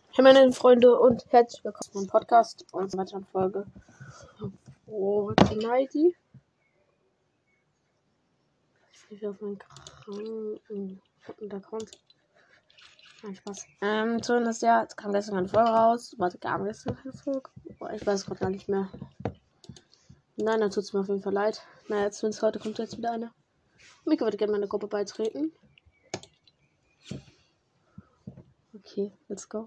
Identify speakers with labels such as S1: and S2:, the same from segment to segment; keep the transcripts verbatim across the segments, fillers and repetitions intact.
S1: Hey meine Freunde und herzlich willkommen zum Podcast und weiteren Folge. Fortnite. Ich bin auf meinen kranken Account. Nein, Spaß. Ähm, zumindest ja, es kam gestern eine Folge raus. Warte, gar gestern keine Folge. Boah, ich weiß es gerade gar nicht mehr. Nein, dann tut es mir auf jeden Fall leid. Naja, zumindest heute kommt jetzt wieder eine. Mika würde gerne meine Gruppe beitreten. Okay, let's go.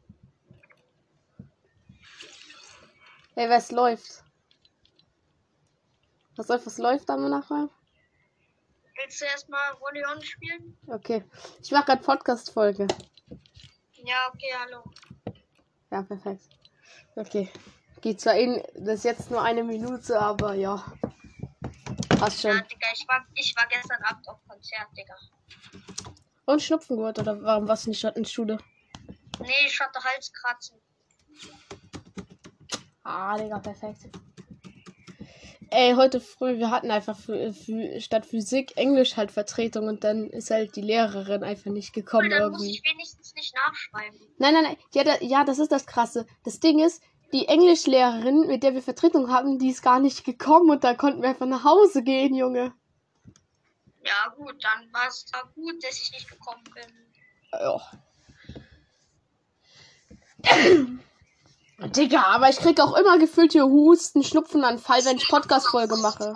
S1: Hey, was läuft? Was läuft, was läuft da nachher?
S2: Willst du erstmal Rolleon spielen?
S1: Okay. Ich mache gerade Podcast-Folge.
S2: Ja, okay, hallo.
S1: Ja, perfekt. Okay. Geht zwar in, das ist jetzt nur eine Minute, aber ja. Passt schon.
S2: Ja, Digga, ich war, ich war gestern Abend auf Konzert, Digga.
S1: Und Schnupfen gehört, oder warum warst du nicht in der Schule?
S2: Nee, ich hatte Halskratzen.
S1: Ah, Digga, perfekt. Ey, heute früh, wir hatten einfach für, für, statt Physik Englisch halt Vertretung und dann ist halt die Lehrerin einfach nicht gekommen
S2: Cool, dann
S1: irgendwie.
S2: muss ich wenigstens nicht nachschreiben.
S1: Nein, nein, nein. Ja, da, ja, das ist das Krasse. Das Ding ist, die Englischlehrerin, mit der wir Vertretung haben, die ist gar nicht gekommen und da konnten wir einfach nach Hause gehen, Junge.
S2: Ja, gut, dann war es da gut, dass ich nicht gekommen bin.
S1: Ja. Digga, aber ich krieg auch immer gefühlt hier Husten, Schnupfenanfall, wenn ich Podcast-Folge mache.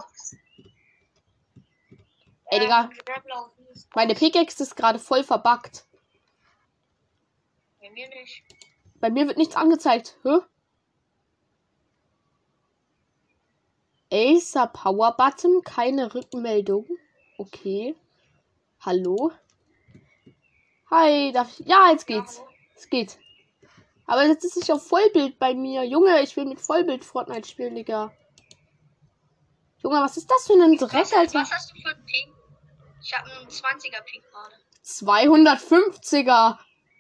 S1: Ey, Digga, meine Pickaxe ist gerade voll verbuggt.
S2: Bei mir nicht.
S1: Bei mir wird nichts angezeigt. Hä? Acer Power Button, keine Rückmeldung. Okay. Hallo? Hi, darf ich... Ja, jetzt geht's. Es geht. Aber jetzt ist nicht auf Vollbild bei mir. Junge, ich will mit Vollbild Fortnite spielen, Digga. Junge, was ist das für ein Dreck,
S2: Was,
S1: Alter?
S2: was hast du für einen Ping? Ich habe einen zwanziger Ping gerade.
S1: zweihundertfünfziger.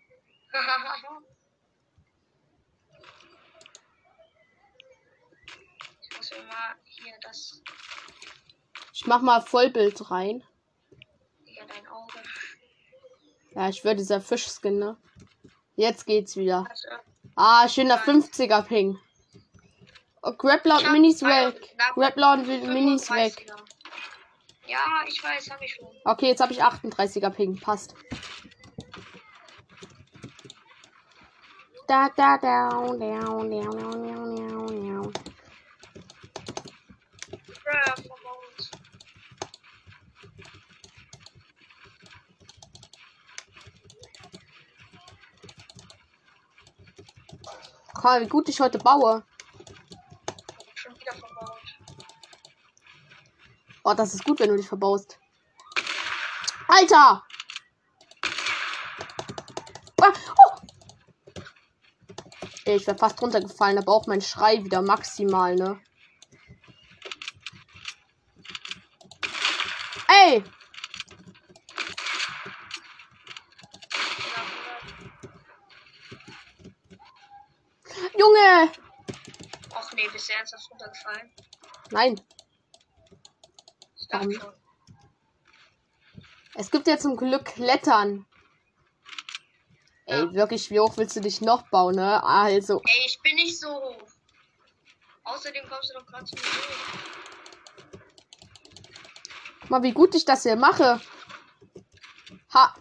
S2: Ich muss immer hier das...
S1: Ich mach mal Vollbild rein.
S2: Hier dein Auge.
S1: Ja, ich würde dieser Fischskin, ne? Jetzt geht's wieder.
S2: Also,
S1: Ah, schöner fünfziger Ping. Oh, Grappler und Minis weg. Grappler und Minis weg.
S2: Ja, ich weiß, hab ich schon.
S1: Okay, jetzt habe ich achtunddreißiger Ping. Passt. Da, da, down, down, down, down, down, down. Guck mal, wie gut ich heute baue.
S2: Schon wieder verbaut.
S1: Oh, das ist gut, wenn du dich verbaust. Alter! Ah, oh. Ich wäre fast runtergefallen, aber auch mein Schrei wieder maximal, ne? Ey! Junge!
S2: Och nee, bist du ernsthaft runtergefallen?
S1: Nein.
S2: Ich dachte
S1: Warum?
S2: schon.
S1: Es gibt ja zum Glück Klettern.
S2: Ja.
S1: Ey, wirklich, wie hoch willst du dich noch bauen, ne? Also.
S2: Ey, ich bin nicht so hoch. Außerdem kommst du doch gerade zu mir hoch.
S1: Mal, wie gut ich das hier mache. Ha.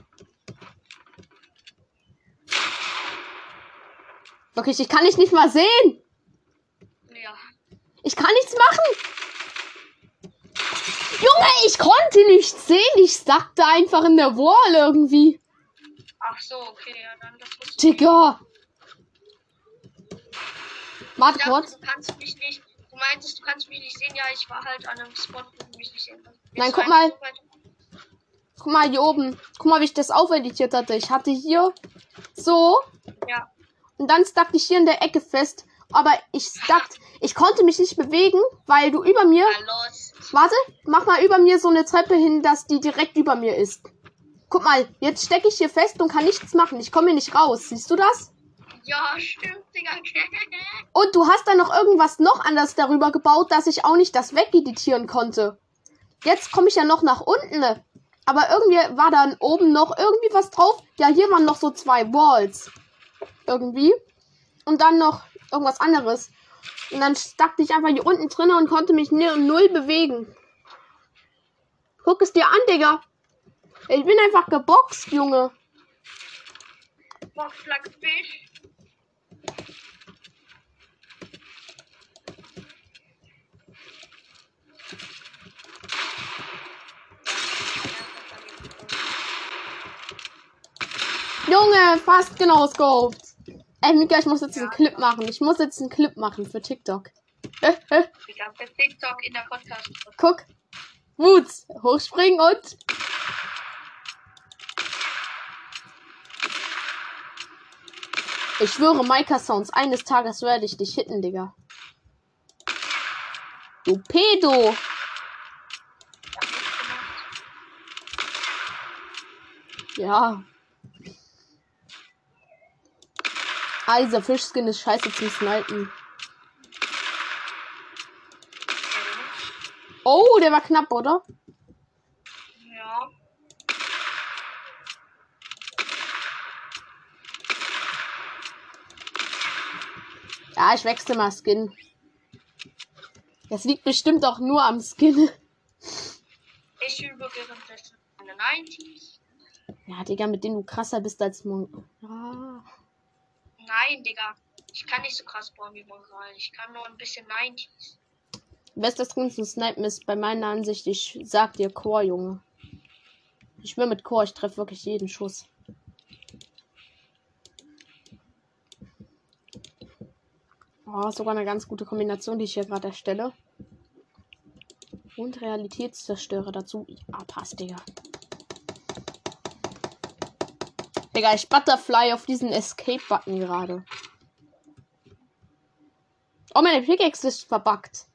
S1: Wirklich, ich kann dich nicht mal sehen.
S2: Ja.
S1: Ich kann nichts machen. Junge, ich konnte nichts sehen. Ich sackte einfach in der Wall irgendwie.
S2: Ach so, okay, ja, dann das musst du.
S1: Digga.
S2: Ich
S1: Warte
S2: dachte,
S1: kurz.
S2: du kannst mich nicht. Du meintest, du kannst mich nicht sehen. Ja, ich war halt an einem Spot, wo du mich nicht sehen kannst.
S1: Nein,
S2: Bist
S1: guck
S2: du
S1: mal.
S2: einfach so weit-
S1: Guck mal hier oben. Guck mal, wie ich das aufeditiert hatte. Ich hatte hier so.
S2: Ja.
S1: Und dann stackte ich hier in der Ecke fest. Aber ich stackt. Ich konnte mich nicht bewegen, weil du über mir.
S2: Na los.
S1: Warte, mach mal über mir so eine Treppe hin, dass die direkt über mir ist. Guck mal, jetzt stecke ich hier fest und kann nichts machen. Ich komme hier nicht raus. Siehst du das?
S2: Ja, stimmt, Digga.
S1: Und du hast dann noch irgendwas noch anders darüber gebaut, dass ich auch nicht das wegeditieren konnte. Jetzt komme ich ja noch nach unten. Aber irgendwie war dann oben noch irgendwie was drauf. Ja, hier waren noch so zwei Walls. irgendwie. Und dann noch irgendwas anderes. Und dann stackte ich einfach hier unten drin und konnte mich null bewegen. Guck es dir an, Digga. Ich bin einfach geboxt, Junge.
S2: Box like a fish.
S1: Junge, fast genau scoped. Ey, Mika, ich muss jetzt
S2: Ja.
S1: einen Clip machen. Ich muss jetzt einen Clip machen für TikTok.
S2: Digga, für TikTok in der Podcast.
S1: Guck. Woods. Hochspringen und... Ich schwöre, Micah Sounds, eines Tages werde ich dich hitten, Digga. Du Pedo. Ja. Ah, dieser Fischskin ist scheiße zum Snipen. Oh, der war knapp, oder?
S2: Ja.
S1: Ja, ich wechsle mal Skin. Das liegt bestimmt auch nur am Skin.
S2: Ich übe währenddessen meine neunzig.
S1: Ja, Digga, mit dem du krasser bist als Mon. Ja.
S2: Nein, Digga. Ich kann nicht so krass bauen wie Mongal. Ich kann nur ein bisschen neunzig.
S1: Bester Skin zum Snipen ist bei meiner Ansicht, ich sag dir Core, Junge. Ich schwör mit Core, ich treffe wirklich jeden Schuss. Oh, sogar eine ganz gute Kombination, die ich hier gerade erstelle. Und Realitätszerstörer dazu. Ah, passt, Digga. Digga, ich Butterfly auf diesen Escape-Button gerade. Oh, meine Pickaxe ist verbuggt.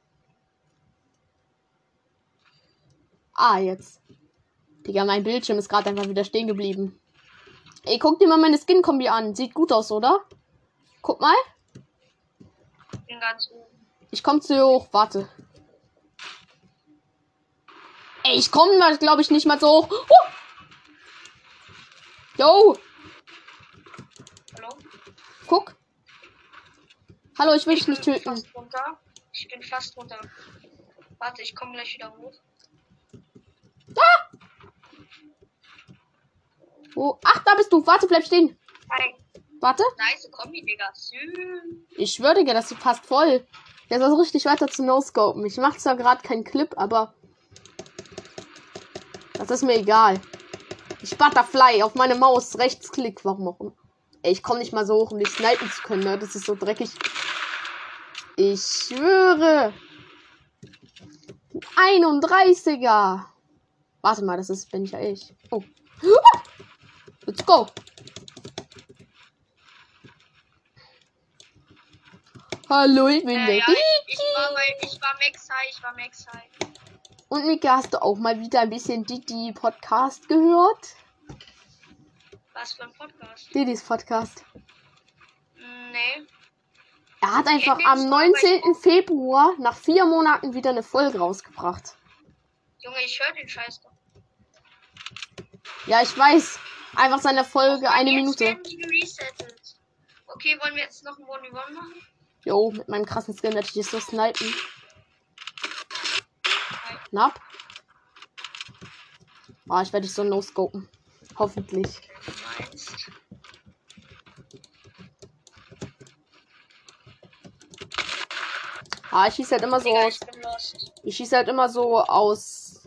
S1: Ah, jetzt. Digga, mein Bildschirm ist gerade einfach wieder stehen geblieben. Ey, guck dir mal meine Skin-Kombi an. Sieht gut aus, oder? Guck mal.
S2: Bin ganz oben.
S1: Ich komm zu dir hoch. Warte. Ey, ich komme mal, glaube ich, nicht mal so hoch. Huh! Yo.
S2: Hallo?
S1: Guck. Hallo, ich will dich
S2: bin
S1: nicht töten.
S2: fast runter. Ich bin fast runter. Warte, ich komme gleich wieder hoch.
S1: Ah! Oh, ach, da bist du. Warte, bleib stehen.
S2: Hi.
S1: Warte.
S2: Nice Kombi, Digga. Sü.
S1: Ich schwöre, Digga, das ist fast voll. Der soll so richtig weiter zu no-scopen. Ich mache zwar gerade keinen Clip, aber das ist mir egal. Ich Butterfly auf meine Maus. Rechtsklick. Warum auch immer. Ey, ich komme nicht mal so hoch, um dich snipen zu können. Ne? Das ist so dreckig. Ich schwöre. einunddreißiger. Warte mal, das ist, bin ich ja ich. Oh. Let's go. Hallo, ich bin
S2: Äh,
S1: der
S2: ja,
S1: Ricky.
S2: ich, ich war bei, ich war Max High, ich war Max High.
S1: Und Mika, hast du auch mal wieder ein bisschen Didi Podcast gehört?
S2: Was für ein Podcast?
S1: Didis Podcast.
S2: Nee.
S1: Er hat einfach
S2: Kennt ihr
S1: am
S2: das
S1: neunzehnten Februar nach vier Monaten wieder eine Folge rausgebracht.
S2: Junge, ich höre den Scheiß doch.
S1: Ja, ich weiß. Einfach seine Folge
S2: Mann,
S1: eine
S2: jetzt
S1: Minute.
S2: werden die geresettet. Okay, wollen wir jetzt noch ein eins gegen eins machen?
S1: Jo, mit meinem krassen Skin werde ich dich so snipen. Knapp. Ah, ich werde dich so no-scopen. Hoffentlich.
S2: Du meinst.
S1: Ah, ich schieße halt immer so
S2: Digga,
S1: aus.
S2: ich bin lost.
S1: Ich schieße halt immer so aus.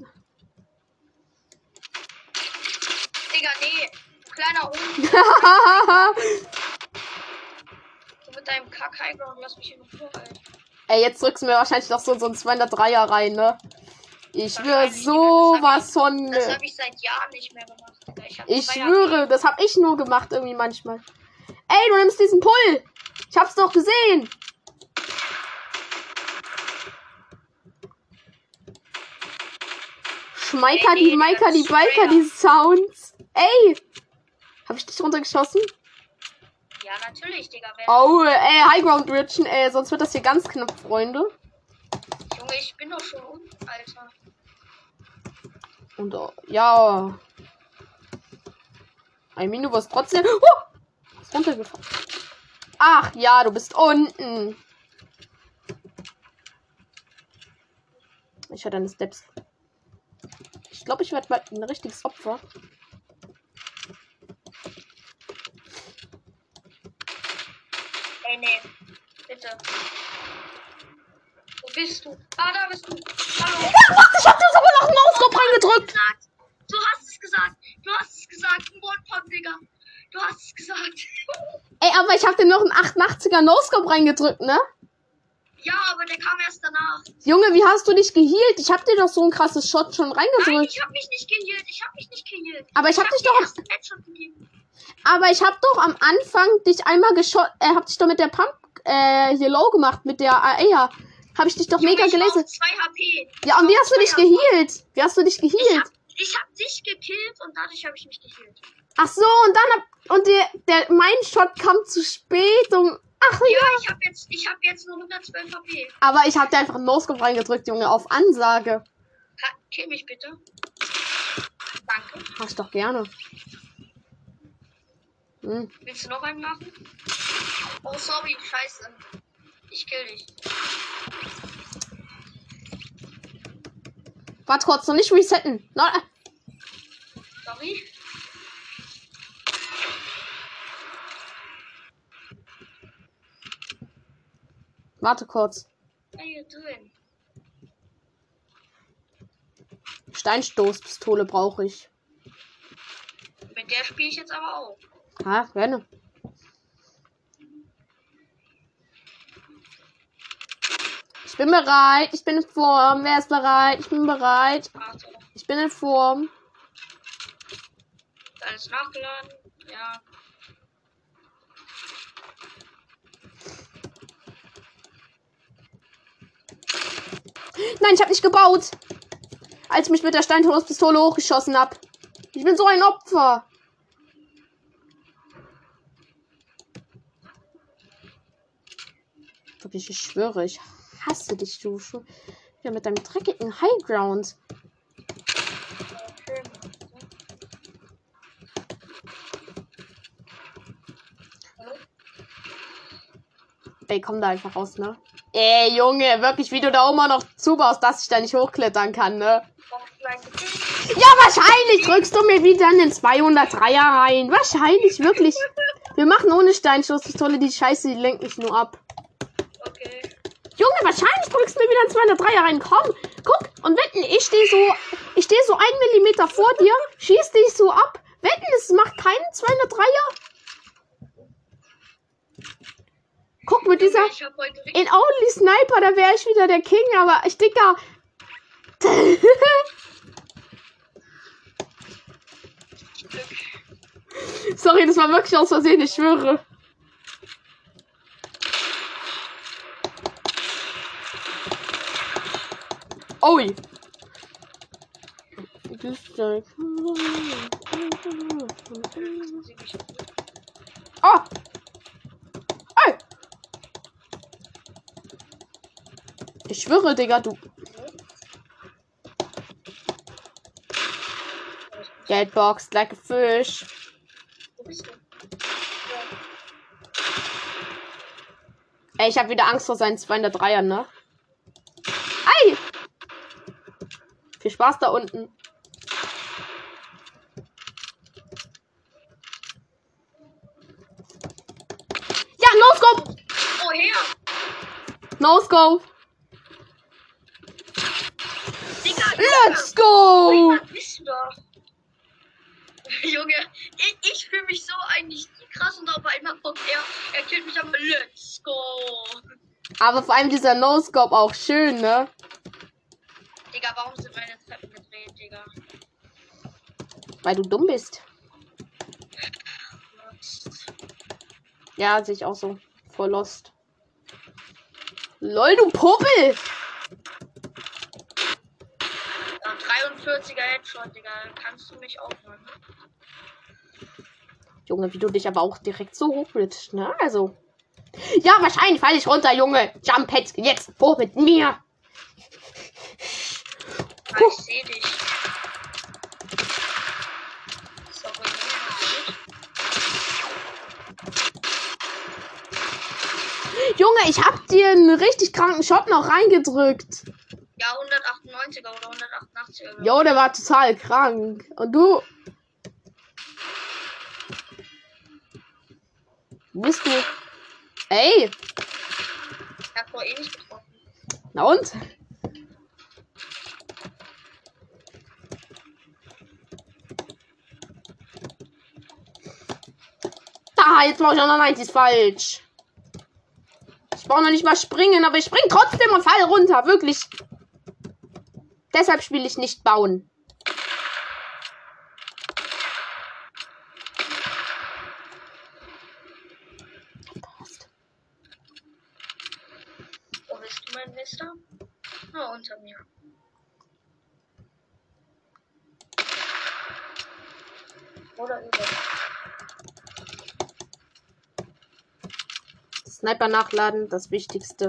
S2: Digga, nee. Du kleiner Hund. Du mit deinem Kack-Highground, lass mich in Ruhe, Alter.
S1: Ey, jetzt drückst du mir wahrscheinlich noch so, so ein zweihundertdreier rein, ne? Ich schwöre
S2: Wahrscheinlich,
S1: sowas von.
S2: Das habe ich seit Jahren nicht mehr gemacht. Digga. Ich, hab
S1: Ich
S2: zwei
S1: schwöre,
S2: Jahre-
S1: das hab ich nur gemacht irgendwie manchmal. Ey, du nimmst diesen Pull. Ich hab's doch gesehen. Schmeiker,
S2: Ey, nee,
S1: die
S2: Digga,
S1: Maiker, die
S2: das ist
S1: Biker,
S2: schwer.
S1: die Sounds. Ey. Hab ich dich runtergeschossen?
S2: Ja, natürlich, Digga. Wer
S1: Oh, ey, Highground Richen, ey, sonst wird das hier ganz knapp, Freunde.
S2: Junge, ich bin doch schon unten, Alter.
S1: Und oh, ja. Ein Minu was trotzdem. Oh! Ist runtergefallen. Ach ja, du bist unten. Ich höre deine Steps. Ich glaube, ich werde mal ein richtiges Opfer.
S2: Ey, nee. Bitte. Wo bist du? Ah, da bist du. Hallo.
S1: Ja, was? Ich hab dir aber noch einen Ausdruck reingedrückt.
S2: Gesagt. Du hast es gesagt. Du hast es gesagt. Ein One-Pop, Digga. Du hast es gesagt.
S1: Ey, aber ich hab dir noch einen achtundachtziger No-Scope reingedrückt, ne?
S2: Ja, aber der kam erst danach.
S1: Junge, wie hast du dich geheilt? Ich hab dir doch so ein krasses Shot schon reingedrückt.
S2: Nein, ich hab mich nicht geheilt. Ich hab mich nicht geheilt.
S1: Aber ich hab,
S2: ich
S1: dich
S2: hab
S1: doch...
S2: erst einen Headshot gegeben.
S1: Aber ich hab doch am Anfang dich einmal geschott... Äh, hab dich doch mit der Pump... Äh, hier low gemacht. Mit der A R. Hab ich dich doch
S2: Junge,
S1: mega
S2: ich war
S1: gelesen.
S2: auf zwei H P.
S1: Ja, und wie hast du dich
S2: zwei H P.
S1: geheilt? Wie hast du dich
S2: Ich
S1: geheilt?
S2: hab, ich hab dich gekillt und dadurch habe ich mich geheilt.
S1: Ach so, und dann hab... Und der... der mein Shot kam zu spät und... Ach ja.
S2: Ja, ich hab jetzt, ich hab jetzt nur hundertzwölf H P.
S1: Aber ich hab dir einfach einen No-Scope reingedrückt, Junge. Auf Ansage.
S2: Ha, kill mich bitte. Danke.
S1: Mach ich doch gerne. Hm.
S2: Willst du noch einen machen? Oh, sorry, scheiße. Ich kill dich.
S1: Warte kurz, noch nicht resetten. No, äh.
S2: Sorry.
S1: Warte kurz.
S2: What are you doing?
S1: Steinstoßpistole brauche ich.
S2: Mit der spiele ich jetzt aber auch.
S1: Ha, gerne. Ich bin bereit. Ich bin in Form. Wer ist bereit? Ich bin bereit.
S2: Warte.
S1: Ich bin in Form.
S2: Ist alles nachgeladen? Ja.
S1: Nein, ich habe nicht gebaut. Als ich mich mit der Steinstoßpistole hochgeschossen habe. Ich bin so ein Opfer. Wirklich, ich schwöre, ich hasse dich, du. Ja, mit deinem dreckigen Highground. Ey, komm da einfach raus, ne? Ey, Junge, wirklich, wie du da immer noch zubaust, dass ich da nicht hochklettern kann, ne? Ja, wahrscheinlich drückst du mir wieder einen zweihundertdreier rein. Wahrscheinlich, wirklich. Wir machen ohne Steinstoßpistole die Scheiße, die lenkt mich nur ab.
S2: Okay.
S1: Junge, wahrscheinlich drückst du mir wieder einen zweihundertdreier rein. Komm, guck. Und wetten, ich stehe so, ich stehe so ein Millimeter vor dir, schieß dich so ab. Wetten, es macht keinen zweihundertdreier. Guck, mit dieser
S2: Ich hab heute richtig
S1: in Only Sniper, da wäre ich wieder der King, aber ich dicker.
S2: Glück.
S1: Sorry, das war wirklich aus Versehen, ich schwöre. Ui. Oh. Ey. Ich schwöre, Digga, du. Geldbox, like a fish.
S2: Wo bist du?
S1: Ey, ich habe wieder Angst vor seinen zweihundertdreier, ne? Ei! Viel Spaß da unten. Ja, No-Scope!
S2: Woher?
S1: No-Scope!
S2: Digga,
S1: Let's go!
S2: Junge, bist du da? Junge, ich, ich fühle mich so eigentlich krass und auf einmal kommt er, er killt mich am Let's go.
S1: Aber vor allem dieser No-Scope auch schön, ne?
S2: Digga, warum sind meine Treppen gedreht, Digga?
S1: Weil du dumm bist. Ja, sehe ich auch so. Voll lost. Lol, du Puppel!
S2: Ja, dreiundvierziger Headshot, Digga. Kannst du mich aufmachen?
S1: Junge, wie du dich aber auch direkt so hoch willst, ne? Also. Ja, wahrscheinlich falle ich runter, Junge. Jump Heads, jetzt vor mit mir.
S2: Ah, ich sehe dich. So,
S1: Junge, ich hab dir einen richtig kranken Shot noch reingedrückt.
S2: Ja, hundertachtundneunziger oder hundertachtundachtziger.
S1: Jo, der war total krank. Und du? Wo bist du? Ey!
S2: Ich hab vorher eh nicht getroffen.
S1: Na und? Da, jetzt mache ich auch noch neunzig falsch. Ich brauche noch nicht mal springen, aber ich spring trotzdem und fall runter. Wirklich. Deshalb spiele ich nicht bauen.
S2: Wo bist du, mein Mister? Ah, unter mir. Oder über.
S1: Sniper nachladen, das Wichtigste.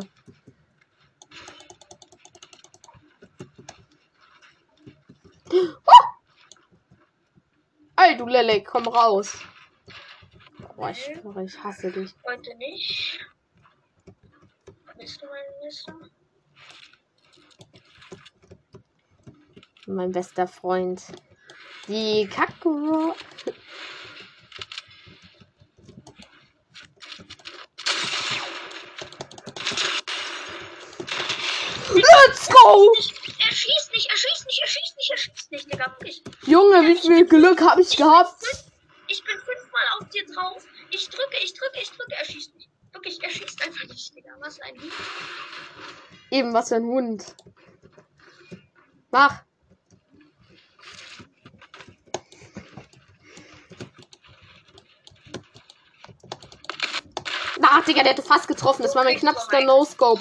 S1: Oh! Ey, du Lelek, komm raus. Boah, ich, ich hasse dich.
S2: Heute nicht. Bist du, mein Mister?
S1: Mein bester Freund. Die Kacke. Let's go!
S2: Er schießt nicht, er schießt nicht, er schießt nicht, er schießt nicht, Digga. Wirklich.
S1: Junge, wie viel Glück habe ich gehabt?
S2: Ich bin fünfmal auf dir drauf. Ich drücke, ich drücke, ich drücke, er schießt nicht. Wirklich, er schießt einfach nicht, Digga. Was ein Hund.
S1: Eben, was für ein Hund. Mach. Na, Digga, der hätte fast getroffen. Das war mein knappster No-Scope.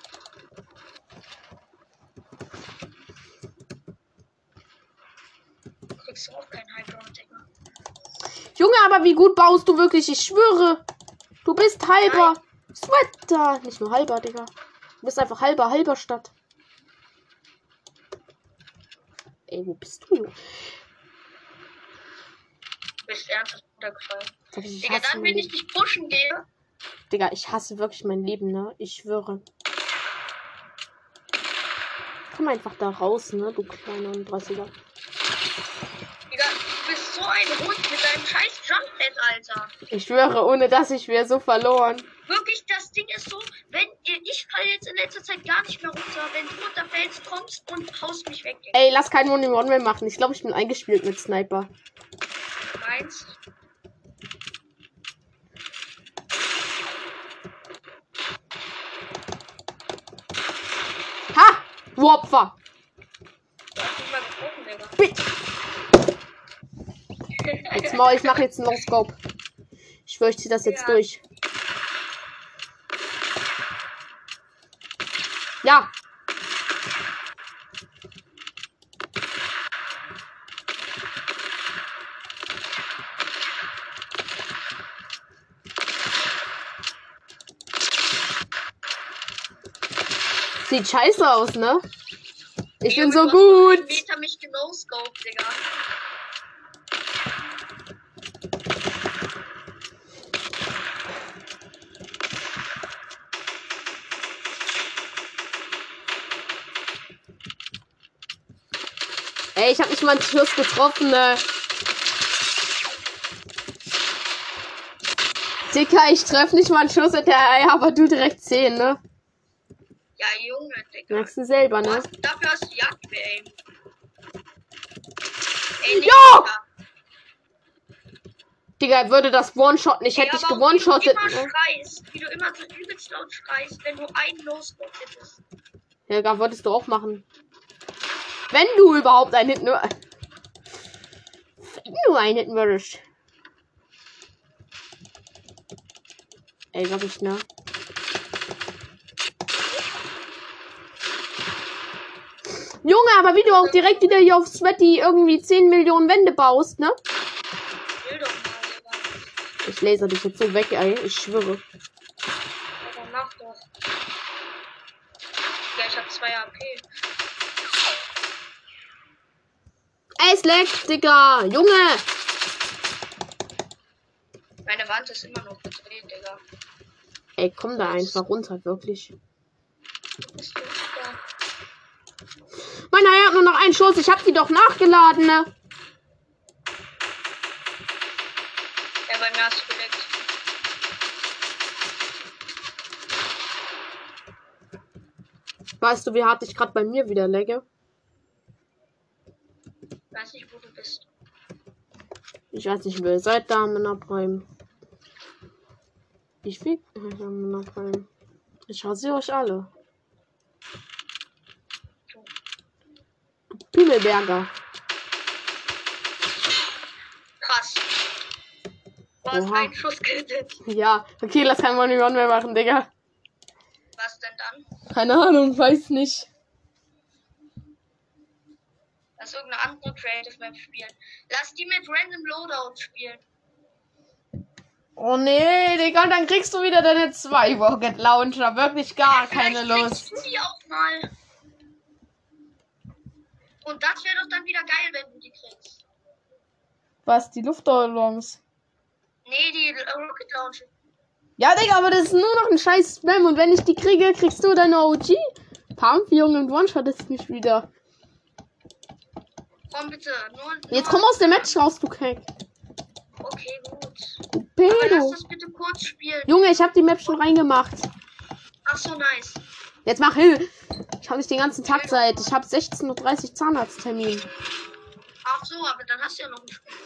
S2: Du kriegst auch keinen Highground, Digga.
S1: Junge, aber wie gut baust du wirklich? Ich schwöre. Du bist halber Sweater. Nicht nur halber, Digga. Du bist einfach halber, halber Stadt. Ey, wo bist du?
S2: Du bist ernsthaft runtergefallen.
S1: Ich
S2: Digga, dann, wenn ich dich pushen gehe.
S1: Digga, ich hasse wirklich mein Leben, ne? Ich schwöre. Komm einfach da raus, ne? Du kleiner Dreißiger.
S2: Digga, du bist so ein Hund mit deinem scheiß Jumppad, Alter.
S1: Ich schwöre, ohne das ich wäre so verloren.
S2: Wirklich, das Ding ist so, wenn ihr, ich falle jetzt in letzter Zeit gar nicht mehr runter. Wenn du runterfällst, kommst und haust mich weg.
S1: Ey, lass keinen One in One mehr machen. Ich glaube, ich bin eingespielt mit Sniper.
S2: Du meinst?
S1: Ha! Du Opfer!
S2: Du hast mich mal getroffen, Digga.
S1: Jetzt mal, ich mache jetzt einen No-Scope. Ich schwöre, ich zieh das jetzt
S2: Ja.
S1: durch. Ja. Sieht scheiße aus, ne? Ich bin so gut.
S2: Meter mich genoscoped, Digga.
S1: Ey, ich hab nicht mal einen Schuss getroffen, ne? Dicker, ich treff nicht mal einen Schuss mit der Eier, aber du direkt zehn, ne?
S2: Ja, Junge, Digga.
S1: Merkst du selber, ne?
S2: Was? Dafür hast du Jagd-Aim. Ey, nicht,
S1: Ja!
S2: Digga.
S1: Digga, würde das One-Shot nicht, hätte
S2: Ey,
S1: ich
S2: aber auch
S1: gewone-shottet.
S2: Wie du immer
S1: Ne?
S2: schreist, wie du immer so übelst laut schreist, wenn du einen No-Scope hättest.
S1: Ja, gar wolltest du auch machen. Wenn du überhaupt einen Hit nur. Wenn du einen Hit würdest. Ey, wirklich, ne? Junge, aber wie du auch direkt wieder hier auf Sweaty irgendwie zehn Millionen Wände baust, ne?
S2: Will doch mal, Digga.
S1: Ich laser dich jetzt so weg, ey. Ich schwöre.
S2: Aber mach doch. Ja, ich hab zwei A P.
S1: Ey, es leckt, Digga. Junge.
S2: Meine Wand ist immer noch gedreht, Digga.
S1: Ey, komm da einfach runter, wirklich.
S2: Bist du da?
S1: Meiner hat nur noch einen Schuss. Ich hab die doch nachgeladen, ne?
S2: Ja, bei mir hast du geleckt.
S1: Weißt du, wie hart ich gerade bei mir wieder legge?
S2: Weiß nicht, wo du bist.
S1: Ich weiß nicht, wer seid da mit einer Prime. Ich viel mit einer Prime. Ich rasiere euch alle. Pimmelberger.
S2: Krass. Du hast
S1: Oha.
S2: einen Schuss gesetzt.
S1: Ja, okay, lass kein One One mehr machen, Digga.
S2: Was denn dann?
S1: Keine Ahnung, weiß nicht.
S2: Lass irgendeine andere Creative Map spielen. Lass die mit Random Loadout spielen.
S1: Oh nee, Digga, dann kriegst du wieder deine zwei Rocket Launcher. Wirklich gar keine
S2: Vielleicht
S1: Lust.
S2: kriegst du die auch mal. Und das wäre doch dann wieder geil, wenn du die kriegst.
S1: Was, die Luftballons?
S2: Nee, die Rocket Launcher.
S1: Ja, Digga, aber das ist nur noch ein scheiß Spam. Und wenn ich die kriege, kriegst du deine O G. Pump, Junge, und One-Shot ist nicht wieder.
S2: Komm bitte. Nur,
S1: Jetzt
S2: nur
S1: komm aus dem Match raus, du Keck.
S2: Okay, gut.
S1: Du
S2: Aber lass
S1: Pedo.
S2: das bitte kurz spielen.
S1: Junge, ich hab die Map schon reingemacht.
S2: Ach so, nice.
S1: Jetzt mach Hill. Ich hab nicht den ganzen Tag Zeit. Ich hab sechzehn Uhr dreißig Zahnarzttermin.
S2: Ach so, aber dann hast du ja noch ein Spiel.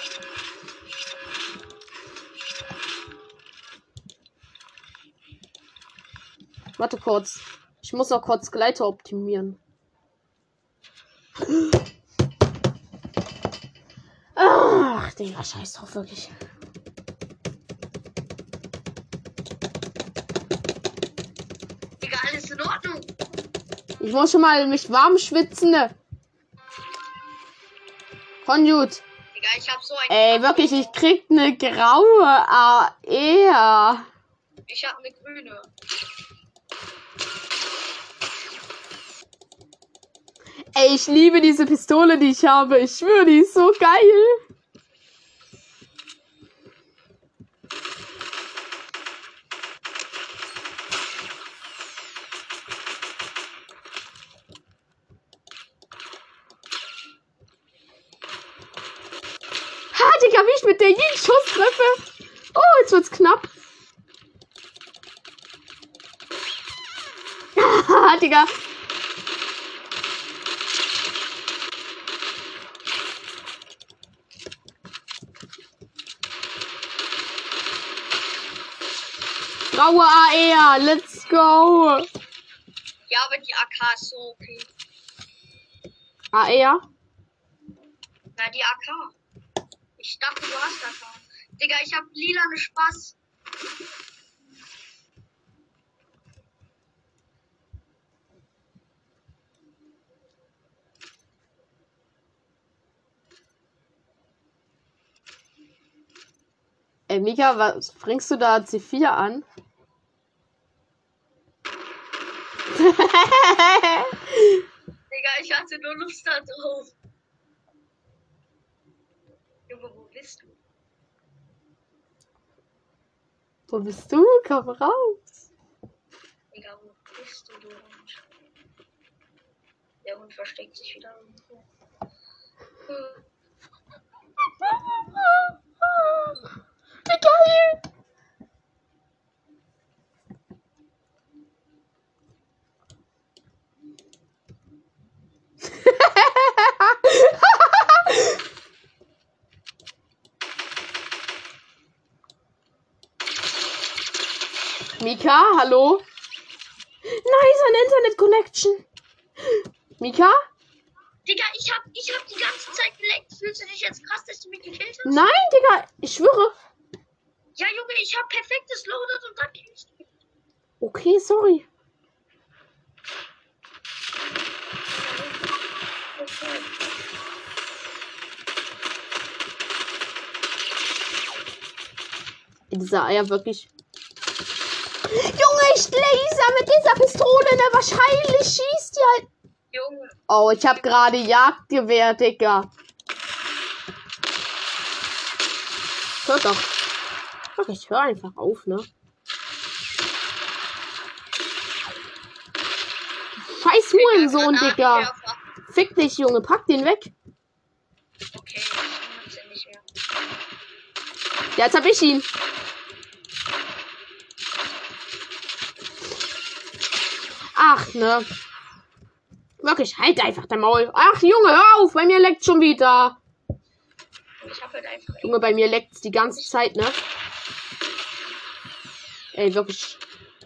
S1: Warte kurz. Ich muss noch kurz Gleiter optimieren. Ach, Digga, scheiß drauf, wirklich.
S2: Digga, alles in Ordnung.
S1: Ich muss schon mal mich warm schwitzen. Ne? Von gut.
S2: Digga, ich hab so ein...
S1: Ey, wirklich, ich krieg ne graue A E.
S2: Ich hab eine grüne.
S1: Ey, ich liebe diese Pistole, die ich habe. Ich schwöre, die ist so geil. Ha, Digga, wie ich mit der jeden Schuss treffe. Oh, jetzt wird's knapp. Ha, Digga. Graue A E, let's go.
S2: Ja, aber die A K ist so okay.
S1: A E?
S2: Na, die A K. Ich dachte, du hast A K. Digga, ich hab lilane Spaß.
S1: Ey, Mika, was bringst du da C vier an?
S2: Digga, ich hatte nur Lust da drauf. Junge, wo bist du?
S1: Wo bist du? Komm raus.
S2: Digga, wo bist du, du Hund? Der Hund versteckt sich wieder irgendwo. Hm.
S1: Wie geil! Mika, hallo? Nice, an Internet Connection. Mika?
S2: Digga, ich hab, ich hab die ganze Zeit geleckt. Fühlst du dich jetzt krass, dass du mich gekillt hast?
S1: Nein, Digga, ich schwöre.
S2: Ja, Junge, ich hab perfektes Loadout und dann killst du mich.
S1: Okay, sorry. Dieser Eier wirklich. Junge, ich laser mit dieser Pistole, ne? Wahrscheinlich schießt die halt.
S2: Junge.
S1: Oh, ich hab gerade Jagdgewehr, Digga. Hör doch. Ach, ich hör einfach auf, ne? Scheiß Hurensohn, Digga. Fick dich, Junge. Pack den weg.
S2: Okay, ich benutze ihn nicht mehr.
S1: Ja, jetzt hab ich ihn. Ach, ne. Wirklich, halt einfach dein Maul. Ach, Junge, hör auf. Bei mir leckt schon wieder.
S2: Ich hab halt einfach...
S1: Junge, bei mir leckt's die ganze Zeit, ne? Ey, wirklich.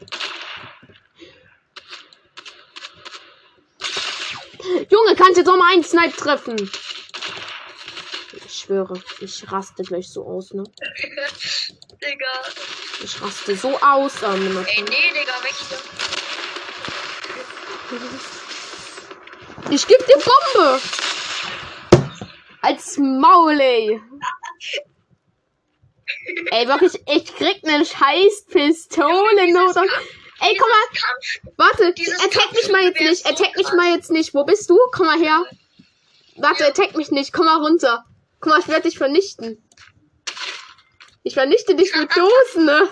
S1: Junge, kannst jetzt auch mal einen Snipe treffen. Ich schwöre, ich raste gleich so aus, ne?
S2: Digga.
S1: Ich raste so aus. Ähm,
S2: Ey, nee, Digga, weg hier.
S1: Ich geb dir Bombe. Als Maul, ey. Ey, wirklich, ich krieg ne scheiß Pistolennote. Ey, komm mal.
S2: Kampf,
S1: Warte,
S2: dieses
S1: attack mich mal jetzt nicht.
S2: so
S1: Attack mich
S2: krass.
S1: mal jetzt nicht. Wo bist du? Komm mal her. Warte,
S2: Ja.
S1: attack mich nicht. Komm mal runter. Guck mal, ich werde dich vernichten. Ich vernichte dich mit Dosen, ne?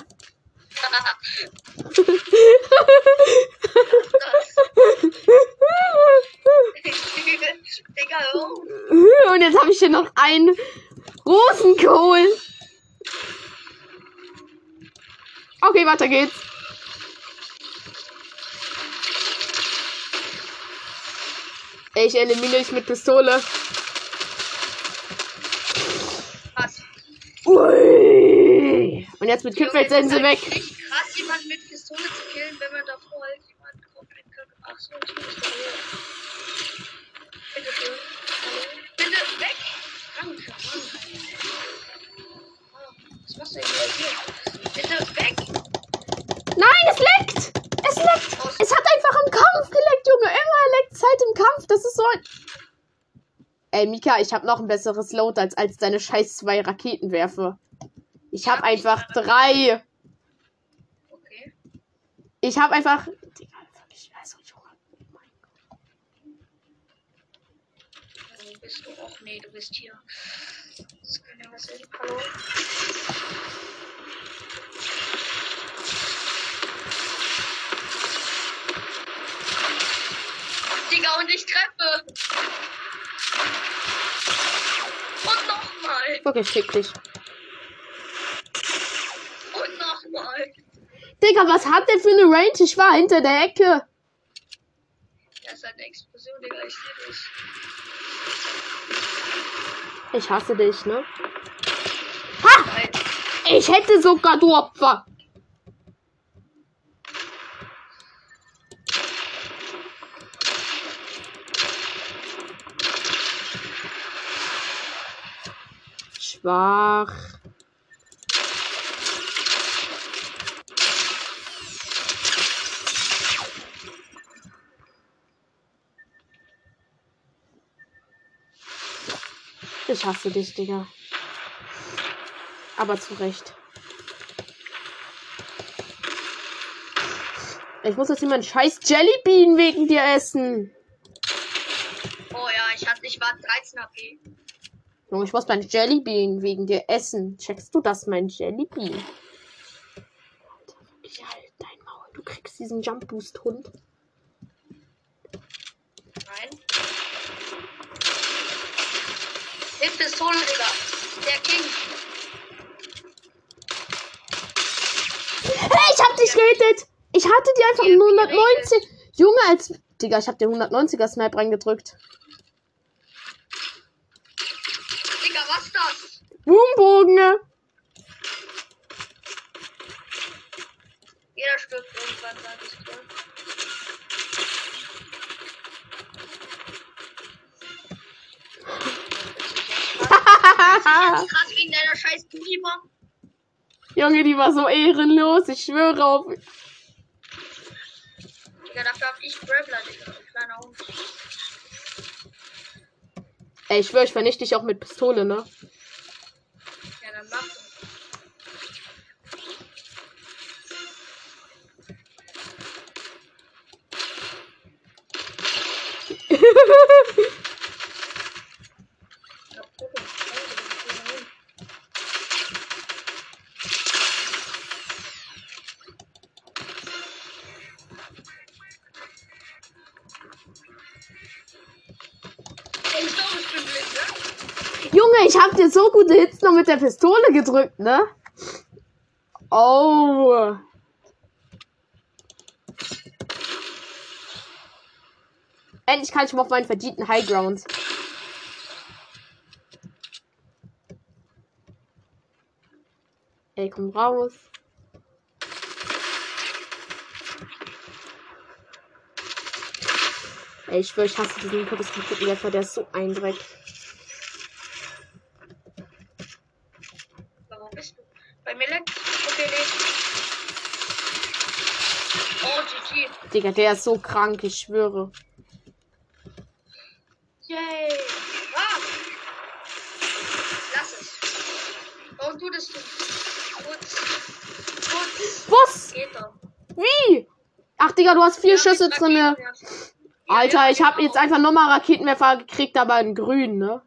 S2: Digga, oh.
S1: Und jetzt habe ich hier noch einen Rosenkohl. Okay, weiter geht's. Ey, ich eliminiere dich mit Pistole.
S2: Was?
S1: Ui. Und jetzt mit Kipfelsense weg.
S2: Es ist echt krass, jemanden mit Pistole zu killen, wenn man davor halt jemanden komplett kacke. Ach so, ich muss da Bitte schön. Hallo? Bitte weg! Danke, Mann. Oh, was machst du denn hier? Bitte weg!
S1: Nein, es leckt! Es leckt! Es hat einfach im Kampf geleckt, Junge. Immer leckt es halt im Kampf. Das ist so ein... Ey, Mika, ich habe noch ein besseres Load als, als deine scheiß zwei Raketenwerfer. Ich habe einfach drei.
S2: Okay.
S1: Ich habe einfach... Digga, wirklich, also, Junge. Oh mein Gott.
S2: Wo bist du? Och nee, du bist hier. Das kann ja was sein. Hallo? Digga, und ich treffe. Und nochmal.
S1: Wirklich, fick dich.
S2: Und nochmal.
S1: Digga, was hat der für eine Range? Ich war hinter der Ecke.
S2: Das ist halt eine Explosion, Digga. Ich sehe dich.
S1: Ich hasse dich, ne? Ha! Ich hätte sogar, du Opfer. Schwach. Ich hasse dich, Digga. Aber zu Recht. Ich muss jetzt jemand scheiß Jellybean wegen dir essen.
S2: Oh ja, ich hatte, ich war dreizehn H P.
S1: Junge, ich muss mein Jellybean wegen dir essen. Checkst du das, mein Jellybean? Alter, wirklich, halt dein Maul. Du kriegst diesen Jump Boost Hund.
S2: Nein. Mit Pistole, Digga. Der King.
S1: Hey, ich hab dich gerettet. Ich hatte dir einfach einen hundertneunzig. Junge, als... Digga, ich hab dir hundertneunziger Snipe reingedrückt.
S2: Digga, was ist das?
S1: Boombogen.
S2: Jeder stirbt irgendwann, sag ich dir. Das ist krass wegen deiner scheiß Gummi-Bombe.
S1: Junge, die war so ehrenlos. Ich schwöre auf...
S2: Digga, dafür hab ich Grappler, Digga. Kleiner Hund.
S1: Ey, ich schwöre, ich vernichte dich auch mit Pistole, ne?
S2: Ja, dann mach du.
S1: Junge, ich hab dir so gute Hits noch mit der Pistole gedrückt, ne? Oh. Endlich kann ich mal auf meinen verdienten Highground. Ey, komm raus. Ey, ich schwöre, ich hasse diesen Todesraketen-Werfer, der ist so ein Dreck.
S2: Wo bist du? Bei mir leckt. Okay, nee. Oh, G G.
S1: Digga, der ist so krank, ich schwöre.
S2: Yay. Ah. Lass es. Warum tut es du? Putz. Putz.
S1: Was?
S2: Geht doch.
S1: Wie? Ach, Digga, du hast vier
S2: Ja,
S1: Schüsse
S2: mit
S1: drinne.
S2: Raketenwerfer.
S1: Alter,
S2: Ja,
S1: ich hab
S2: genau.
S1: jetzt einfach nochmal Raketenwerfer gekriegt, aber in grün, ne?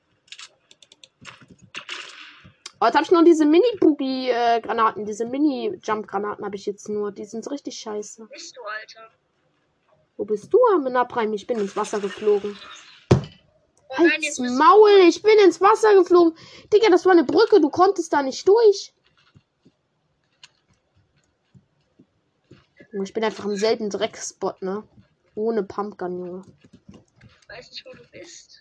S1: Oh, jetzt hab ich nur diese Mini-Boogie-Granaten, diese Mini-Jump-Granaten habe ich jetzt nur. Die sind so richtig scheiße.
S2: Wo bist du, Alter?
S1: Wo bist du, Amenaprime? Ich bin ins Wasser geflogen.
S2: Oh nein,
S1: Halt's
S2: jetzt bist du-
S1: Maul, ich bin ins Wasser geflogen. Digga, das war eine Brücke, du konntest da nicht durch. Ich bin einfach im selben Dreckspot, ne? Ohne Pumpgun, Junge.
S2: Ich weiß nicht, wo du bist.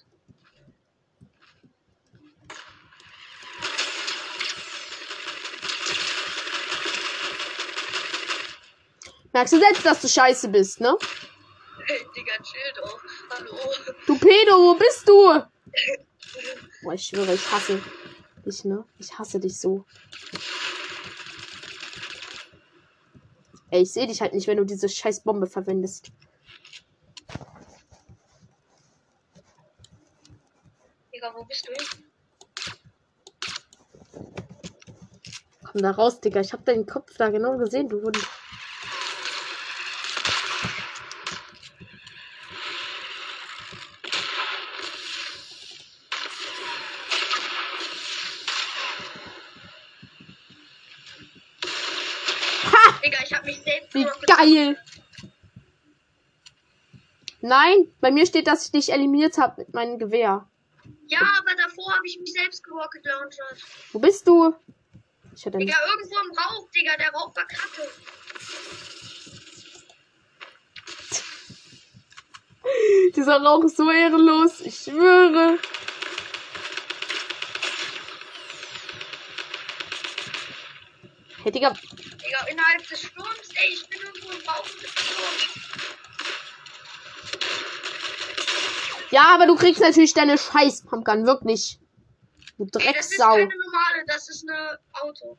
S1: Merkst du selbst, dass du scheiße bist, ne?
S2: Hey, Digga, chill doch. Hallo.
S1: Du Pedo, wo bist du? Boah, ich schwöre, ich hasse dich, ne? Ich hasse dich so. Ey, ich sehe dich halt nicht, wenn du diese scheiß Bombe verwendest.
S2: Digga, wo bist du hin?
S1: Komm da raus, Digga. Ich hab deinen Kopf da genau gesehen, du Hund.
S2: Digga, ich hab mich selbst
S1: Wie
S2: gerockt.
S1: geil! Nein, bei mir steht, dass ich dich eliminiert habe mit meinem Gewehr.
S2: Ja, aber davor habe ich mich selbst gerocket launcht.
S1: Wo bist du? Ich hatte nicht.
S2: Digga, irgendwo im Rauch, Digga, der Rauch war kacke.
S1: Dieser Rauch ist so ehrenlos. Ich schwöre. Hey, Digga.
S2: Digga, innerhalb des Sturms, ey, ich bin irgendwo im Rauch des Sturms.
S1: Ja, aber du kriegst natürlich deine scheiß Pumpgun. Wirklich. Du
S2: Ey, das ist
S1: Drecksau.
S2: keine normale, das ist eine Auto.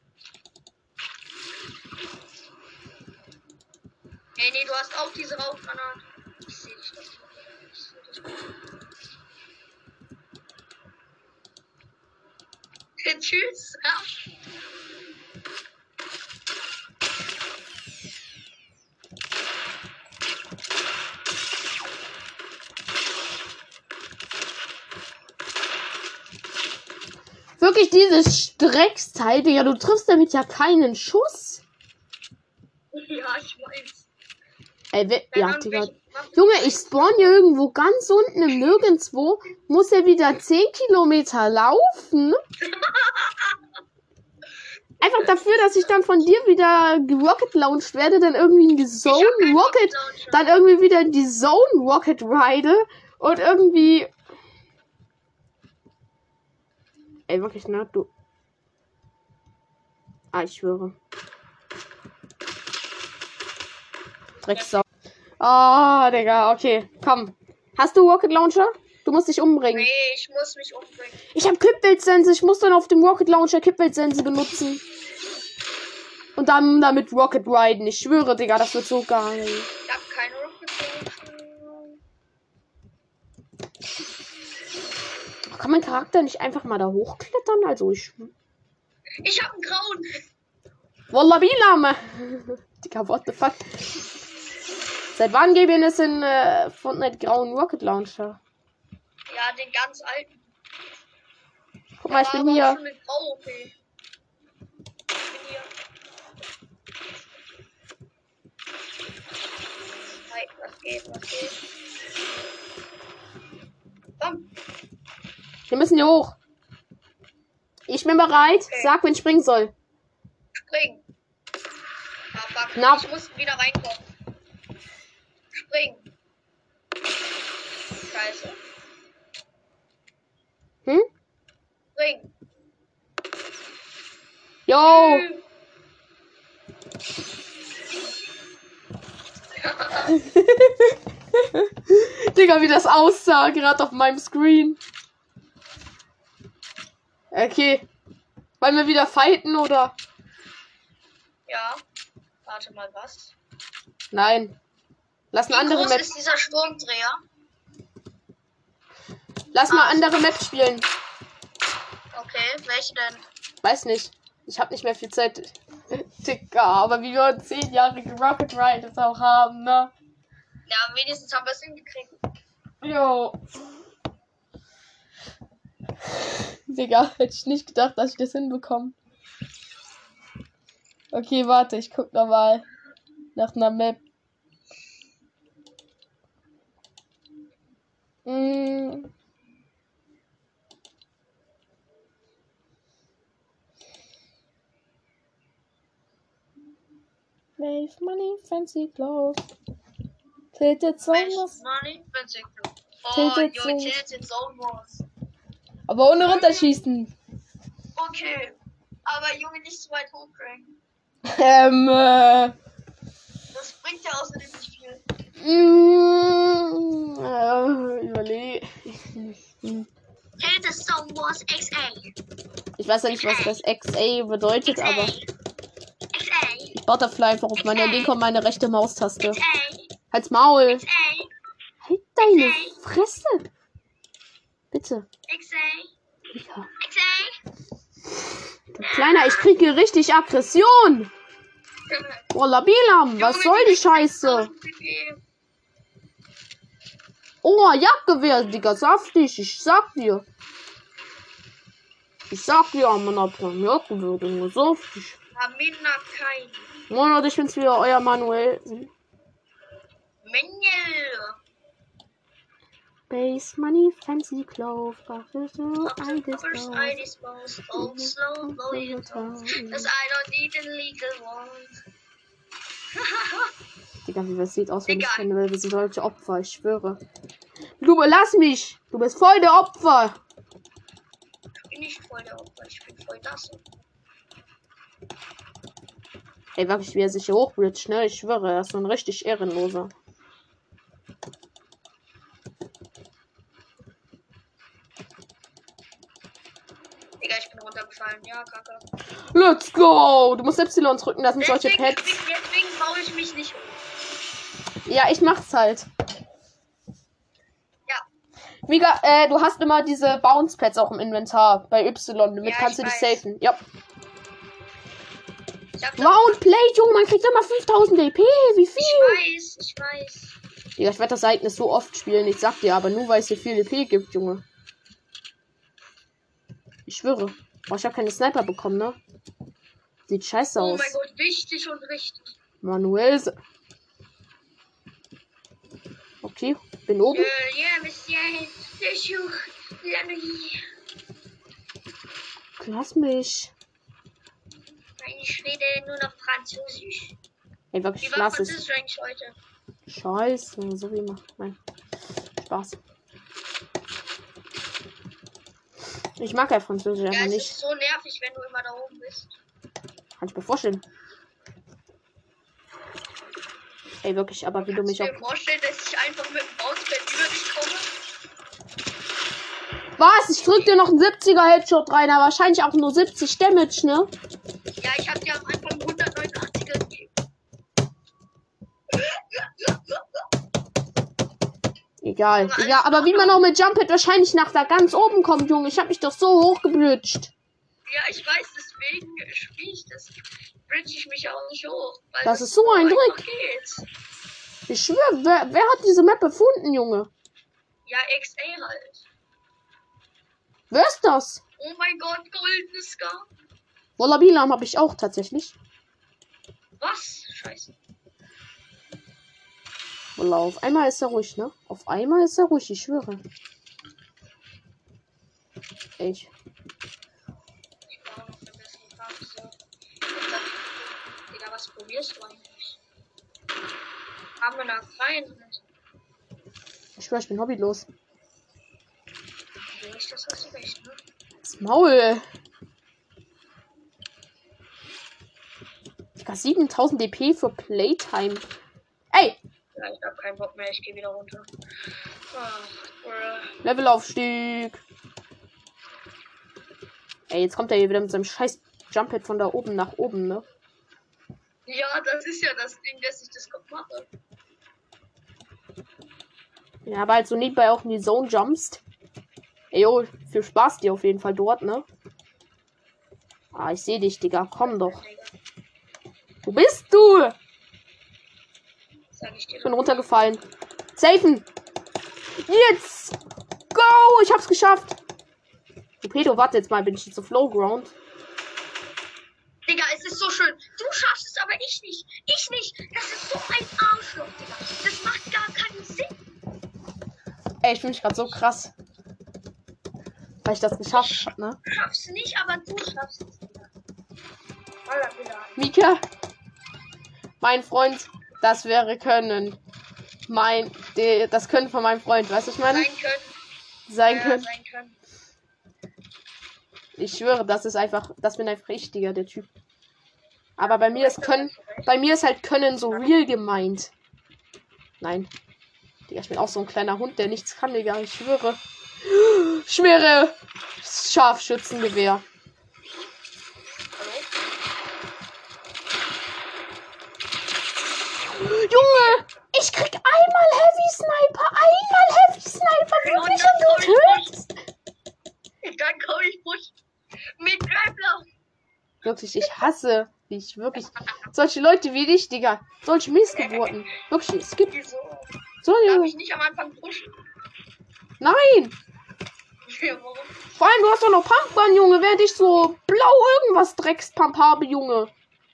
S2: Ey, nee, du hast auch diese Rauchgranate. Ich seh dich doch. Ich seh dich doch. Tschüss.
S1: Wirklich dieses Drecksteil, Digga. Du triffst damit ja keinen Schuss.
S2: Ja, ich weiß.
S1: Ey, we-
S2: Wenn
S1: ja,
S2: irgendwelche
S1: Digga.
S2: Waffen-
S1: Junge, ich spawn hier irgendwo ganz unten im Nirgendwo. Muss er wieder zehn Kilometer laufen? Einfach dafür, dass ich dann von dir wieder gerocket launched werde, dann irgendwie in die
S2: Ich hab
S1: Zone
S2: keinen
S1: Rocket,
S2: Rocket-Launcher.
S1: dann irgendwie wieder in die Zone Rocket ride und irgendwie. Ey, wirklich, ne? Du. Ah, ich schwöre. Drecksau. Ah, Digga, okay. Komm. Hast du Rocket Launcher? Du musst dich umbringen.
S2: Nee, ich muss mich umbringen.
S1: Ich hab Kippbildsense. Ich muss dann auf dem Rocket Launcher Kippbildsense benutzen. Und dann damit Rocket riden. Ich schwöre, Digga, das wird so geil.
S2: Ich hab keine Rocket-Launcher.
S1: Kann mein Charakter nicht einfach mal da hochklettern? Also ich.
S2: Ich hab einen grauen.
S1: Wallabilame. Digga, what the fuck? Seit wann geben es in äh, Fortnite grauen Rocket Launcher?
S2: Ja, den ganz alten.
S1: Guck mal, ich
S2: Der
S1: bin
S2: war aber
S1: hier.
S2: auch schon mit grau, okay. Ich bin hier. Hi, was geht, was geht? Komm.
S1: Wir müssen hier hoch. bin bereit.
S2: Okay.
S1: Sag, wenn ich springen soll.
S2: Spring. Ah, fuck.
S1: Knapp.
S2: Ich muss wieder reinkommen. Spring. Scheiße.
S1: Hm?
S2: Spring.
S1: Yo. Digga, wie das aussah, gerade auf meinem Screen. Okay. Wollen wir wieder fighten, oder?
S2: Ja. Warte mal, was?
S1: Nein. Lass eine
S2: Wie
S1: andere
S2: groß
S1: Map.
S2: ist dieser Sturmdreher?
S1: Lass mal
S2: Ah,
S1: andere Map spielen.
S2: Okay, welche denn?
S1: Weiß nicht. Ich habe nicht mehr viel Zeit. Digga, aber wie wir uns zehn Jahre Rocket Ride jetzt auch haben, ne?
S2: Ja, wenigstens haben wir es hingekriegt.
S1: Jo. Digga, hätte ich nicht gedacht, dass ich das hinbekomme. Okay, warte, ich guck nochmal nach einer Map. Mm. Wave money, fancy clothes. Tilted Zone was.
S2: Money, fancy clothes. Oh,
S1: Tilted
S2: yo,
S1: Zone.
S2: Tilted Zone Wars.
S1: Aber ohne runterschießen.
S2: Okay. Aber Junge, nicht zu weit hochcranken.
S1: Ähm, äh.
S2: Das bringt ja außerdem nicht viel.
S1: Mm, äh überleg.
S2: Tilted Zone Wars X A.
S1: Ich weiß ja nicht, was das X A bedeutet, aber.
S2: X A.
S1: Ich Butterfly einfach auf meine linke und meine rechte Maustaste.
S2: X A.
S1: Halt's Maul.
S2: X A.
S1: Halt deine Fresse. Bitte.
S2: X A.
S1: Ja.
S2: X A.
S1: Kleiner, ich kriege richtig Aggression. Walla Bilam, was soll die Scheiße? Oh, Jagdgewehr, Digga, saftig, ich sag dir. Ich sag dir, Mann, Abram, Jagdgewehr, Digga, saftig.
S2: Amina kein.
S1: Moin, ich bin's wieder, euer Manuel.
S2: Menel.
S1: Base Money, Fancy Clothes, Buffers, I
S2: First I dispose of slow, low you toes. Cause I don't need the legal ones.
S1: Digga, wie das sieht aus, wenn
S2: Digga.
S1: ich kenne, weil wir sind solche Opfer, ich schwöre. Du lass mich! Du bist voll der Opfer!
S2: Ich bin nicht voll der Opfer, ich bin voll das.
S1: Ey, wirklich, wie er sich hier hochblitzt, schnell, ich schwöre, er ist so ein richtig ehrenloser.
S2: Digga, ich bin runtergefallen, ja, kacke.
S1: Let's go! Du musst Y drücken, das sind solche
S2: Deswegen,
S1: Pads.
S2: deswegen baue ich mich nicht hoch.
S1: Ja, ich mach's halt.
S2: Ja.
S1: Mega, äh, du hast immer diese Bounce-Pads auch im Inventar bei Y. Damit
S2: Ja,
S1: kannst du
S2: ich
S1: dich
S2: weiß.
S1: safen. Ja.
S2: Ich hab
S1: Round Play, Junge, man kriegt immer fünftausend A P. Wie
S2: Ich
S1: viel?
S2: weiß, ich weiß.
S1: Ja, ich werde das Ereignis so oft spielen. Ich sag dir, aber nur weil es hier viel A P gibt, Junge. Ich schwöre. Oh, ich habe keine Sniper bekommen, ne? Sieht scheiße
S2: Oh
S1: aus.
S2: mein Gott, wichtig und richtig.
S1: Manuel. se- Okay, bin oben.
S2: Ja, ja, Monsieur, der Schuch, la nuit.
S1: Lass mich.
S2: Nein, ich rede nur noch Französisch.
S1: Ey, wirklich,
S2: Wie war
S1: lass es.
S2: Französisch eigentlich heute?
S1: Scheiße, so wie immer. Nein. Spaß. Ich mag ja Französisch
S2: Ja,
S1: einfach
S2: es
S1: nicht.
S2: ist so nervig, wenn du immer da oben bist.
S1: Kann ich mir vorstellen. Ey, wirklich, aber wie du
S2: Kannst
S1: mich
S2: du
S1: auch.
S2: dir vorstellen, dass ich einfach mit dem Bauspad über dich komme?
S1: Was? Ich drück dir noch einen siebziger Headshot rein, aber wahrscheinlich auch nur siebzig Damage, ne?
S2: Ja, ich hab dir am Anfang hundertneunundachtziger gegeben.
S1: Egal. Ja, aber wie man auch mit Jump-Hit wahrscheinlich nach da ganz oben kommt, Junge. Ich hab mich doch so hochgeblutscht.
S2: Ja, ich weiß, deswegen spiele ich das. Bridge ich mich auch nicht hoch. Weil
S1: Das ist so ein
S2: einfach
S1: Trick.
S2: geht.
S1: Ich schwöre, wer, wer hat diese Map erfunden, Junge?
S2: Ja, X A halt.
S1: Wer ist das?
S2: Oh mein Gott, goldenes Scar.
S1: Wallabilam habe ich auch tatsächlich.
S2: Was? Scheiße.
S1: Wallah, auf einmal ist er ruhig, ne? Auf einmal ist er ruhig, ich schwöre. Ich.
S2: probierst du eigentlich? Haben wir noch keinen?
S1: Ich schwör, ich bin hobbylos.
S2: Nicht, das hast du recht, ne?
S1: Das Maul. Digga, siebentausend D P für Playtime. Ey!
S2: Ja, ich hab keinen Bock mehr, ich geh wieder runter. Ach, bruh.
S1: Levelaufstieg. Ey, jetzt kommt er hier wieder mit seinem scheiß Jumppad von da oben nach oben, ne?
S2: Ja, das ist ja das Ding, dass ich das mache.
S1: Ja, aber halt so nebenbei auch in die Zone jumpst. Ey, jo, viel Spaß dir auf jeden Fall dort, ne? Ah, ich sehe dich, Digga. Komm doch. Wo bist du?
S2: Sag ich dir.
S1: Ich bin runtergefallen. Safen! Jetzt! Go! Ich hab's geschafft! Du Pedo, warte jetzt mal, bin ich jetzt auf Low Ground?
S2: Digga, es ist so schön. Du schaffst es, aber ich nicht. Ich nicht. Das ist so ein Arschloch, Digga. Das macht gar keinen Sinn.
S1: Ey, ich fühle mich gerade so krass. Weil ich das geschafft habe, ne?
S2: Du schaffst es nicht, aber du schaffst es, Digga. Alter, Digga.
S1: Mika, mein Freund, das wäre können. Mein, de, das können von meinem Freund, weißt du, was ich meine?
S2: Sein können.
S1: Sein
S2: Ja,
S1: können.
S2: sein können.
S1: Ich schwöre, das ist einfach, das bin einfach richtiger, der Typ. Aber bei mir ist können, bei mir ist halt können so real gemeint. Nein. Digga, ich bin auch so ein kleiner Hund, der nichts kann, Digga, ich schwöre. Schwere Scharfschützengewehr. Junge, ich krieg einmal Heavy Sniper, einmal Heavy Sniper, wirklich, und du tötest.
S2: Dann komm ich push. Mit Grappler.
S1: Wirklich, ich hasse dich, wirklich. Solche Leute wie dich, Digga. Solche Missgeburten. Wirklich, es gibt
S2: Wieso?
S1: so
S2: Darf
S1: eine...
S2: ich nicht am Anfang pushen?
S1: Nein!
S2: Ja, warum?
S1: Vor allem, du hast doch noch Pumpgun, Junge, während ich so blau irgendwas Dreckspump habe, Junge.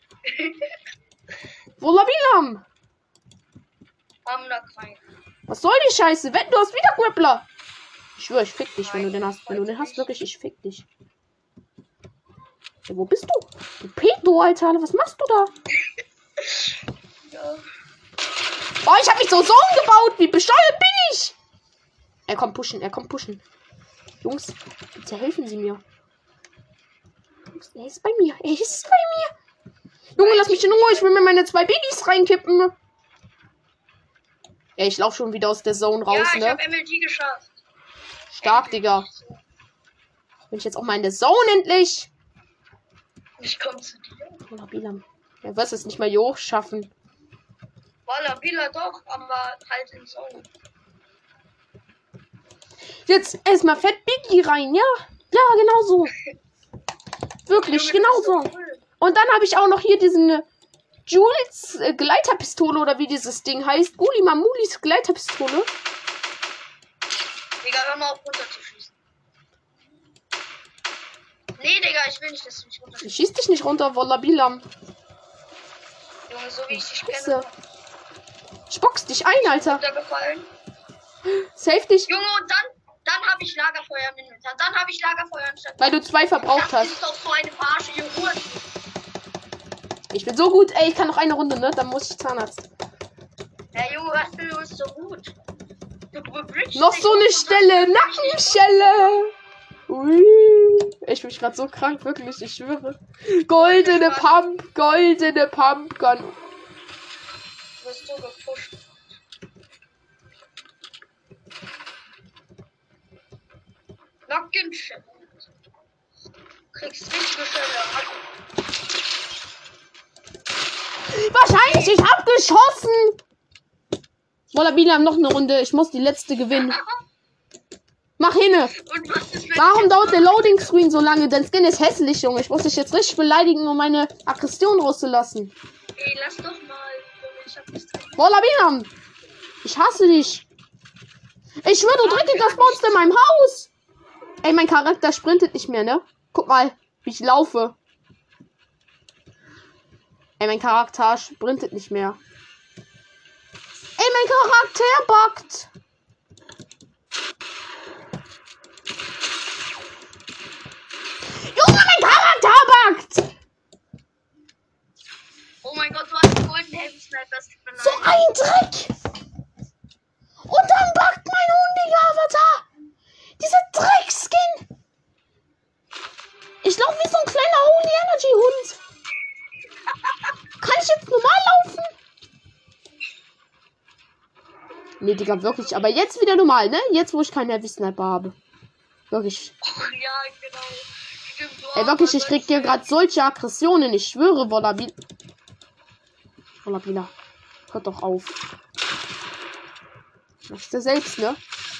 S1: Wollabilam!
S2: Haben da keinen.
S1: Was soll die Scheiße? Wenn du hast wieder Grappler! Ich schwöre, ich fick dich, wenn du den hast. Wenn du den hast, wirklich, ich fick dich. Ja, wo bist du? Du Pedo, Alter, was machst du da?
S2: Ja.
S1: Oh, ich hab mich so so umgebaut. Wie bescheuert bin ich? Er kommt pushen, er kommt pushen. Jungs, bitte helfen Sie mir. Jungs, er ist bei mir, er ist bei mir. Junge, lass mich in Ruhe, ich will mir meine zwei Babys reinkippen. Ey, ich lauf schon wieder aus der Zone raus,
S2: Ja, ich
S1: ne?
S2: hab M L G geschafft.
S1: Stark, Digga. Bin ich jetzt auch mal in der Zone endlich?
S2: Ich komm zu dir.
S1: Oder Bilam. Er wird es nicht mal hier hoch schaffen.
S2: Walla, Bila doch, aber halt in Zone.
S1: Jetzt erstmal Fett Biggie rein, ja? Ja, genau so. Wirklich,
S2: Junge,
S1: genau
S2: das ist
S1: so.
S2: cool.
S1: Und dann habe ich auch noch hier diesen äh, Jules äh, Gleiterpistole oder wie dieses Ding heißt. Guli Mamulis Gleiterpistole.
S2: Digga, hör mal auf runterzuschießen. Nee, Digga, ich will nicht, dass du mich runterschießt.
S1: Ich schieß dich nicht runter, Wallabilam.
S2: Junge, so wie ich dich
S1: Scheiße.
S2: kenne.
S1: Ich box dich ein, Alter.
S2: Runtergefallen.
S1: Save dich,
S2: Junge, und dann, dann habe ich Lagerfeuer im Inventar. Dann habe ich Lagerfeuer anstatt.
S1: weil du zwei verbraucht
S2: Das
S1: hast.
S2: ist doch so eine Verarsche, ihr Huren.
S1: Ich bin so gut. Ey, ich kann noch eine Runde, ne? Dann muss ich Zahnarzt.
S2: Ja, Junge, was du bist so gut. Du bebridgst
S1: Noch
S2: dich
S1: so eine
S2: und
S1: Stelle.
S2: dann-
S1: Nackenschelle. Ui. Ich bin gerade so krank, wirklich. Ich schwöre. Goldene Pump. Goldene Pumpgun.
S2: Du wirst so gepusht. Nackenschelle. Kriegst richtige Schelle.
S1: Wahrscheinlich, ich hab geschossen. Wallabilam, noch eine Runde. Ich muss die letzte gewinnen. Mach hinne.
S2: Und was ist, wenn
S1: Warum
S2: ich
S1: dauert der Loading Screen so lange? Dein Skin ist hässlich, Junge. Ich muss dich jetzt richtig beleidigen, um meine Aggression rauszulassen.
S2: Ey, lass doch mal. Junge, ich hab nichts drin.
S1: Wallabilam. Ich hasse dich. Ich schwöre, du trittst das Monster in meinem Haus. Ey, mein Charakter sprintet nicht mehr, ne? Guck mal, wie ich laufe. Ey, mein Charakter sprintet nicht mehr. Ey, mein Charakter buggt. Junge, mein Charakter buggt.
S2: Oh mein Gott, du Sniper, es tut mir
S1: So
S2: leid.
S1: ein Dreck! Und dann backt mein hundiger Avatar! Dieser Dreckskin! Ich laufe wie so ein kleiner Holy Energy Hund. Kann ich jetzt normal laufen? Nee, Digga, wirklich. Aber jetzt wieder normal, ne? Jetzt, wo ich keinen Heavy Sniper habe. Wirklich.
S2: Oh, ja, genau. Stimmt, du
S1: Ey, wirklich, ich
S2: aber
S1: krieg hier gerade solche Aggressionen. Ich schwöre, Volabila. Volabila. Hört doch auf. Machst du selbst, ne?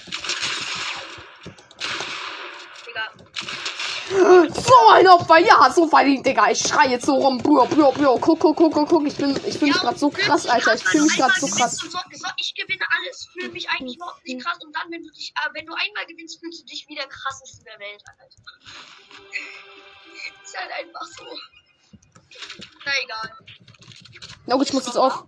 S2: Digga.
S1: So ein Opfer, ja, so verdient, Digga. Ich schreie jetzt so rum. Bro, bro, bro. Guck, guck, guck, guck, guck. Ich bin, ich fühle mich gerade so krass, Alter. Ich fühle mich gerade so krass.
S2: So, so, ich gewinne alles, fühle mich eigentlich überhaupt nicht krass. Und dann, wenn du dich, äh, wenn du einmal gewinnst, fühlst du dich wie der krasseste der Welt, Alter. Ist halt einfach so. Na egal.
S1: Na gut, ich muss jetzt auf.